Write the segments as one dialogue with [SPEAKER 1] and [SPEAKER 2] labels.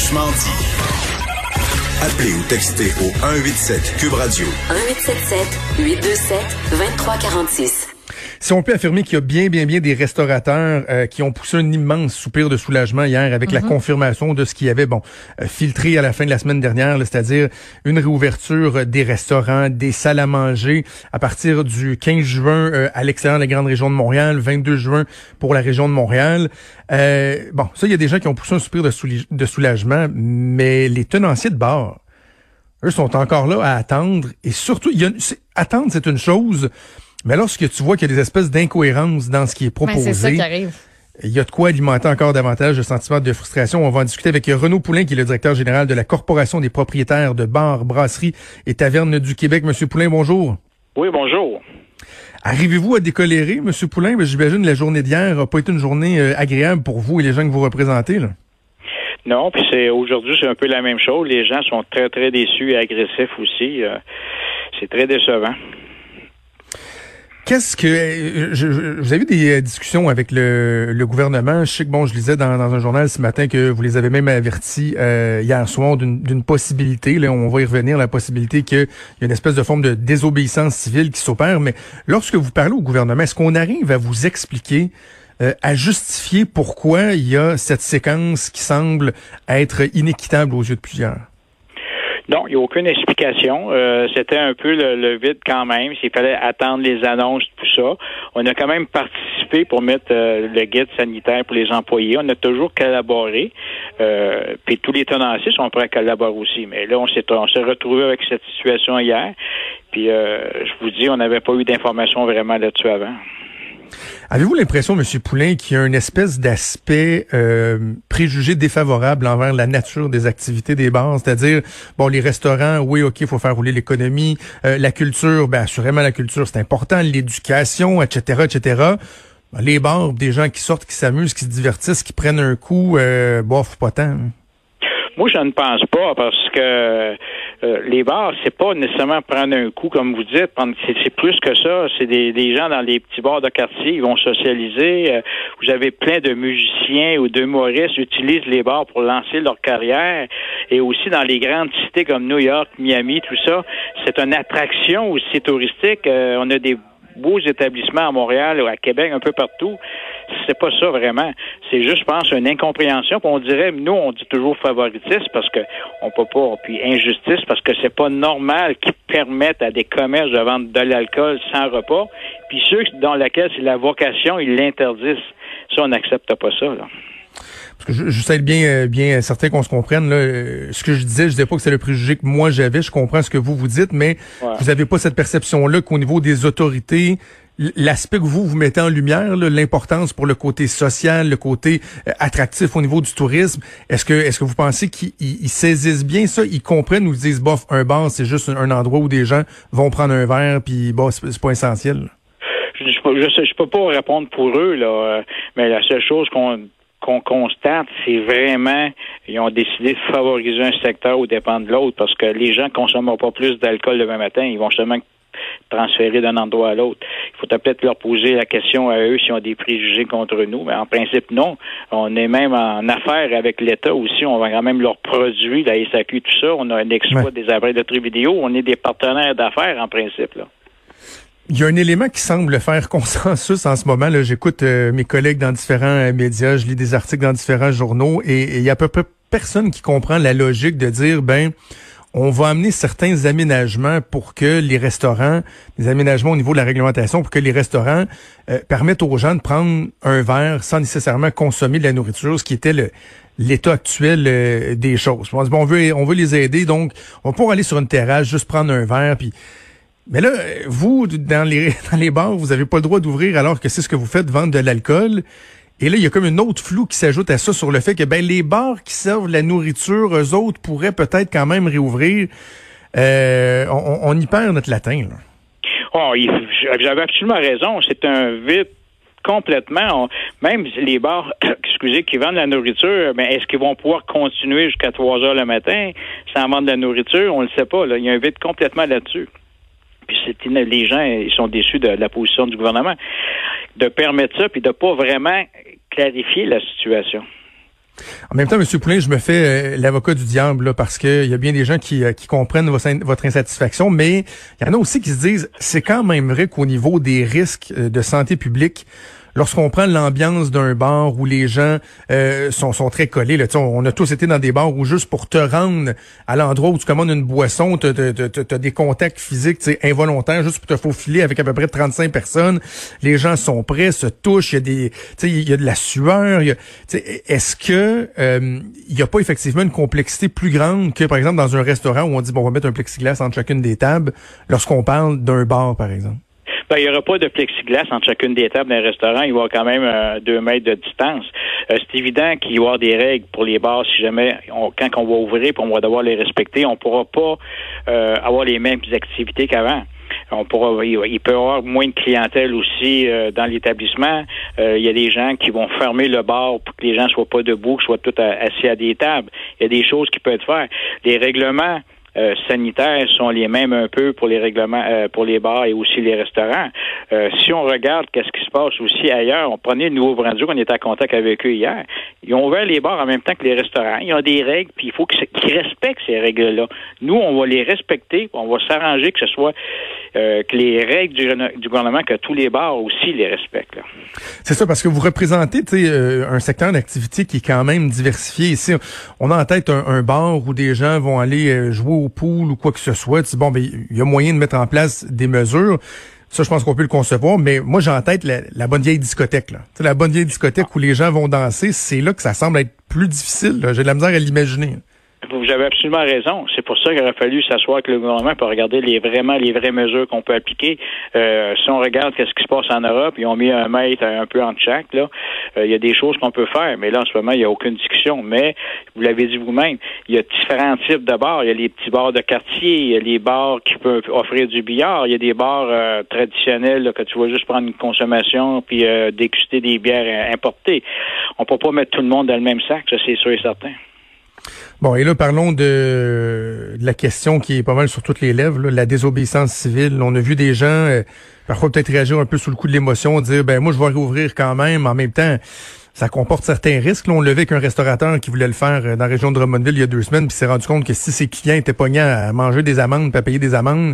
[SPEAKER 1] Franchement dit. Appelez ou textez au 187 Cube Radio.
[SPEAKER 2] 1877-827-2346.
[SPEAKER 3] Si on peut affirmer qu'il y a bien des restaurateurs qui ont poussé un immense soupir de soulagement hier avec la confirmation de ce qui avait filtré à la fin de la semaine dernière, c'est-à-dire une réouverture des restaurants, des salles à manger à partir du 15 juin à l'extérieur de la grande région de Montréal, 22 juin pour la région de Montréal. Ça, il y a des gens qui ont poussé un soupir de soulagement, mais les tenanciers de bar, eux, sont encore là à attendre. Et surtout, attendre, c'est une chose. Mais lorsque tu vois qu'il y a des espèces d'incohérences dans ce qui est proposé,
[SPEAKER 4] c'est ça qui arrive.
[SPEAKER 3] Il y a de quoi alimenter encore davantage le sentiment de frustration. On va en discuter avec Renaud Poulin, qui est le directeur général de la Corporation des propriétaires de bars, brasseries et tavernes du Québec. Monsieur Poulin, bonjour.
[SPEAKER 5] Oui, bonjour.
[SPEAKER 3] Arrivez-vous à décolérer, Monsieur Poulin? J'imagine que la journée d'hier n'a pas été une journée agréable pour vous et les gens que vous représentez, là.
[SPEAKER 5] Non, puis aujourd'hui, c'est un peu la même chose. Les gens sont très, très déçus et agressifs aussi. C'est très décevant.
[SPEAKER 3] Qu'est-ce que vous avez eu des discussions avec le gouvernement? Je sais que je lisais dans un journal ce matin que vous les avez même avertis hier soir d'une possibilité. Là, on va y revenir, la possibilité qu'il y ait une espèce de forme de désobéissance civile qui s'opère. Mais lorsque vous parlez au gouvernement, est-ce qu'on arrive à vous expliquer, à justifier pourquoi il y a cette séquence qui semble être inéquitable aux yeux de plusieurs?
[SPEAKER 5] Non, il n'y a aucune explication. C'était un peu le vide quand même. S'il fallait attendre les annonces, tout ça. On a quand même participé pour mettre le guide sanitaire pour les employés. On a toujours collaboré. Puis tous les tenanciers sont prêts à collaborer aussi. Mais là, on s'est retrouvé avec cette situation hier. Puis je vous dis, on n'avait pas eu d'informations vraiment là-dessus avant.
[SPEAKER 3] Avez-vous l'impression, M. Poulin, qu'il y a une espèce d'aspect préjugé défavorable envers la nature des activités des bars? C'est-à-dire, les restaurants, oui, OK, il faut faire rouler l'économie. La culture, assurément, la culture, c'est important. L'éducation, etc., etc. Les bars, des gens qui sortent, qui s'amusent, qui se divertissent, qui prennent un coup, pas tant.
[SPEAKER 5] Moi, je ne pense pas, parce que les bars, c'est pas nécessairement prendre un coup, comme vous dites. C'est plus que ça. C'est des gens dans les petits bars de quartier, ils vont socialiser. Vous avez plein de musiciens ou d'humoristes qui utilisent les bars pour lancer leur carrière. Et aussi dans les grandes cités comme New York, Miami, tout ça, c'est une attraction aussi touristique. On a des beaux établissements à Montréal ou à Québec, un peu partout. C'est pas ça vraiment. C'est juste, je pense, une incompréhension. Puis on dirait, nous, on dit toujours favoritisme parce que on peut pas, puis injustice parce que c'est pas normal qu'ils permettent à des commerces de vendre de l'alcool sans repas. Puis ceux dans lesquels c'est la vocation, ils l'interdisent. Ça, on n'accepte pas ça, là.
[SPEAKER 3] Parce que je sais bien certain qu'on se comprenne. Là, ce que je disais pas que c'est le préjugé que moi j'avais. Je comprends ce que vous dites, mais vous avez pas cette perception-là qu'au niveau des autorités, l'aspect que vous mettez en lumière, là, l'importance pour le côté social, le côté attractif au niveau du tourisme. Est-ce que vous pensez qu'ils saisissent bien ça? Ils comprennent ou ils disent, un bar, c'est juste un endroit où des gens vont prendre un verre, puis c'est pas essentiel? Là.
[SPEAKER 5] Je peux pas répondre pour eux, là, mais la seule chose qu'on constate, c'est vraiment ils ont décidé de favoriser un secteur au dépend de l'autre, parce que les gens ne consommeront pas plus d'alcool demain matin, ils vont seulement transférer d'un endroit à l'autre. Il faut peut-être leur poser la question à eux s'ils ont des préjugés contre nous, mais en principe, non. On est même en affaire avec l'État aussi, on vend quand même leurs produits, la SAQ, tout ça, on a un exploit des appareils de tri vidéo, on est des partenaires d'affaires en principe, là.
[SPEAKER 3] Il y a un élément qui semble faire consensus en ce moment. Là, j'écoute mes collègues dans différents médias, je lis des articles dans différents journaux et il y a à peu près personne qui comprend la logique de dire, on va amener certains aménagements pour que les restaurants, des aménagements au niveau de la réglementation, pour que les restaurants permettent aux gens de prendre un verre sans nécessairement consommer de la nourriture, ce qui était l'état actuel des choses. On dit, on veut les aider, donc on va pouvoir aller sur une terrasse, juste prendre un verre, puis... Mais là, vous, dans les bars, vous avez pas le droit d'ouvrir alors que c'est ce que vous faites, vendre de l'alcool. Et là, il y a comme une autre flou qui s'ajoute à ça sur le fait que les bars qui servent la nourriture, eux autres, pourraient peut-être quand même réouvrir. On y perd notre latin, là.
[SPEAKER 5] J'avais absolument raison. C'est un vide complètement. Même les bars, qui vendent la nourriture, est-ce qu'ils vont pouvoir continuer jusqu'à 3 heures le matin sans vendre de la nourriture? On le sait pas, là. Il y a un vide complètement là-dessus. Puis les gens, ils sont déçus de la position du gouvernement de permettre ça puis de pas vraiment clarifier la situation.
[SPEAKER 3] En même temps, M. Poulin, je me fais l'avocat du diable là, parce que il y a bien des gens qui comprennent votre insatisfaction, mais il y en a aussi qui se disent c'est quand même vrai qu'au niveau des risques de santé publique, lorsqu'on prend l'ambiance d'un bar où les gens sont très collés, là, on a tous été dans des bars où juste pour te rendre à l'endroit où tu commandes une boisson, t'as des contacts physiques involontaires juste pour te faufiler avec à peu près 35 personnes. Les gens sont prêts, se touchent, il y a de la sueur. Est-ce que il y a pas effectivement une complexité plus grande que, par exemple, dans un restaurant où on dit, bon, on va mettre un plexiglas entre chacune des tables lorsqu'on parle d'un bar, par exemple?
[SPEAKER 5] Ben, il n'y aura pas de plexiglas entre chacune des tables d'un restaurant. Il va y avoir quand même 2 mètres de distance. C'est évident qu'il va y avoir des règles pour les bars si jamais, quand on va ouvrir, puis on va devoir les respecter, on ne pourra pas avoir les mêmes activités qu'avant. Il peut y avoir moins de clientèle aussi dans l'établissement. Il y a des gens qui vont fermer le bar pour que les gens soient pas debout, qu'ils soient tous assis à des tables. Il y a des choses qui peuvent être faites. Les règlements sanitaires sont les mêmes un peu pour les règlements pour les bars et aussi les restaurants. Si on regarde qu'est-ce qui se passe aussi ailleurs, on prenait le Nouveau-Brunswick, on était en contact avec eux hier. Ils ont ouvert les bars en même temps que les restaurants. Il y a des règles, puis il faut qu'ils respectent ces règles-là. Nous, on va les respecter, on va s'arranger que ce soit que les règles du gouvernement, que tous les bars aussi les respectent. Là.
[SPEAKER 3] C'est ça, parce que vous représentez un secteur d'activité qui est quand même diversifié. Ici, on a en tête un bar où des gens vont aller jouer au pool ou quoi que ce soit. Bon, ben il y a moyen de mettre en place des mesures. Ça, je pense qu'on peut le concevoir, mais moi, j'ai en tête la bonne vieille discothèque. Là. La bonne vieille discothèque où les gens vont danser, c'est là que ça semble être plus difficile. Là. J'ai de la misère à l'imaginer.
[SPEAKER 5] Vous avez absolument raison. C'est pour ça qu'il aurait fallu s'asseoir avec le gouvernement pour regarder les vraies mesures qu'on peut appliquer. Si on regarde ce qui se passe en Europe, ils ont mis 1 mètre un peu entre chaque. Là, il y a des choses qu'on peut faire, mais là, en ce moment, il n'y a aucune discussion. Mais, vous l'avez dit vous-même, il y a différents types de bars. Il y a les petits bars de quartier, il y a les bars qui peuvent offrir du billard, il y a des bars traditionnels là, que tu vas juste prendre une consommation puis déguster des bières importées. On peut pas mettre tout le monde dans le même sac, ça c'est sûr et certain.
[SPEAKER 3] Bon, et là, parlons de la question qui est pas mal sur toutes les lèvres, là, la désobéissance civile. On a vu des gens, parfois peut-être réagir un peu sous le coup de l'émotion, dire, ben moi, je vais réouvrir quand même. En même temps, ça comporte certains risques. Là, on l'a vu avec un restaurateur qui voulait le faire dans la région de Drummondville il y a 2 semaines, puis s'est rendu compte que si ses clients étaient pognés à manger des amendes, puis à payer des amendes,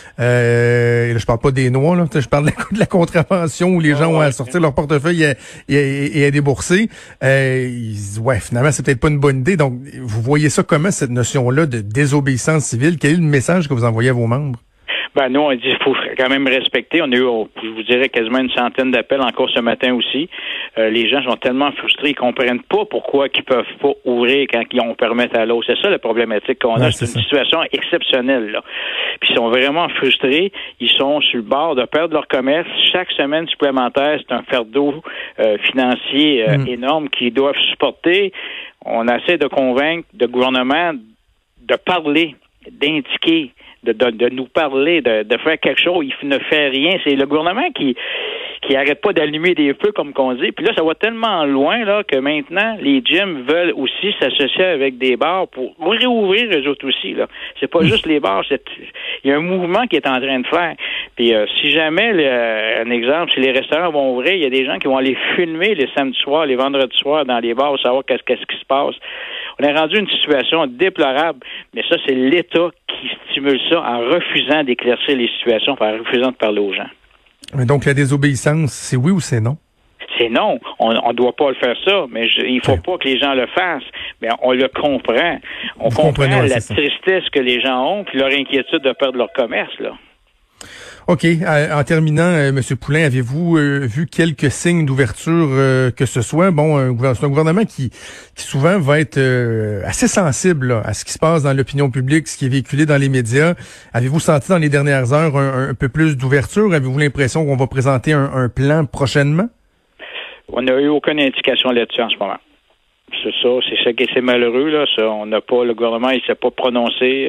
[SPEAKER 3] et là, je parle pas des noix, là, je parle de la contravention où les gens ont à sortir leur portefeuille et à débourser. Ils disent, ouais, finalement, c'est peut-être pas une bonne idée. Donc, vous voyez ça comment, cette notion-là de désobéissance civile? Quel est le message que vous envoyez à vos membres?
[SPEAKER 5] Ben nous, on dit qu'il faut quand même respecter. On a eu, je vous dirais, quasiment une centaine d'appels encore ce matin aussi. Les gens sont tellement frustrés, ils comprennent pas pourquoi ils peuvent pas ouvrir quand on permet à l'autre. C'est ça la problématique qu'on a. C'est une situation exceptionnelle, là. Puis ils sont vraiment frustrés. Ils sont sur le bord de perdre leur commerce. Chaque semaine supplémentaire, c'est un fardeau financier énorme qu'ils doivent supporter. On essaie de convaincre le gouvernement de parler, d'indiquer, de nous parler, de faire quelque chose. Il ne fait rien. C'est le gouvernement qui arrête pas d'allumer des feux, comme qu'on dit. Puis là, ça va tellement loin là que maintenant, les gyms veulent aussi s'associer avec des bars pour réouvrir eux autres aussi. Là. C'est pas juste les bars. Il y a un mouvement qui est en train de faire. Puis si jamais, un exemple, si les restaurants vont ouvrir, il y a des gens qui vont aller filmer les samedis soirs, les vendredis soirs dans les bars pour savoir qu'est-ce qui se passe. On est rendu une situation déplorable, mais ça, c'est l'État qui stimule ça en refusant d'éclaircir les situations, en refusant de parler aux gens.
[SPEAKER 3] Mais donc, la désobéissance, c'est oui ou c'est non?
[SPEAKER 5] C'est non. On ne doit pas le faire ça, mais il faut pas que les gens le fassent. Mais on le comprend. On comprend la tristesse que les gens ont, puis leur inquiétude de perdre leur commerce, là.
[SPEAKER 3] OK. En terminant, M. Poulin, avez-vous vu quelques signes d'ouverture que ce soit? Bon, c'est un gouvernement qui souvent va être assez sensible là, à ce qui se passe dans l'opinion publique, ce qui est véhiculé dans les médias. Avez-vous senti dans les dernières heures un peu plus d'ouverture? Avez-vous l'impression qu'on va présenter un plan prochainement? On
[SPEAKER 5] n'a eu aucune indication là-dessus en ce moment. C'est ça, c'est malheureux, là. Ça, on n'a pas, le gouvernement, il s'est pas prononcé.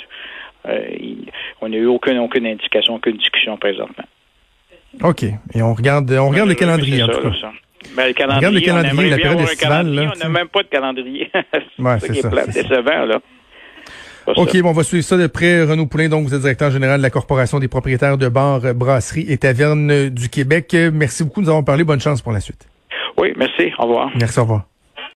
[SPEAKER 5] On n'a eu aucune indication, aucune discussion présentement.
[SPEAKER 3] OK. Et on regarde le calendrier, en tout cas.
[SPEAKER 5] Ben, le calendrier, la période estivale. On n'a même pas de calendrier. C'est ça. C'est décevant, là.
[SPEAKER 3] OK, bon, on va suivre ça de près. Renaud Poulin, donc, vous êtes directeur général de la Corporation des propriétaires de bars, brasseries et tavernes du Québec. Merci beaucoup de nous avoir parlé. Bonne chance pour la suite.
[SPEAKER 5] Oui, merci. Au revoir.
[SPEAKER 3] Merci, au revoir.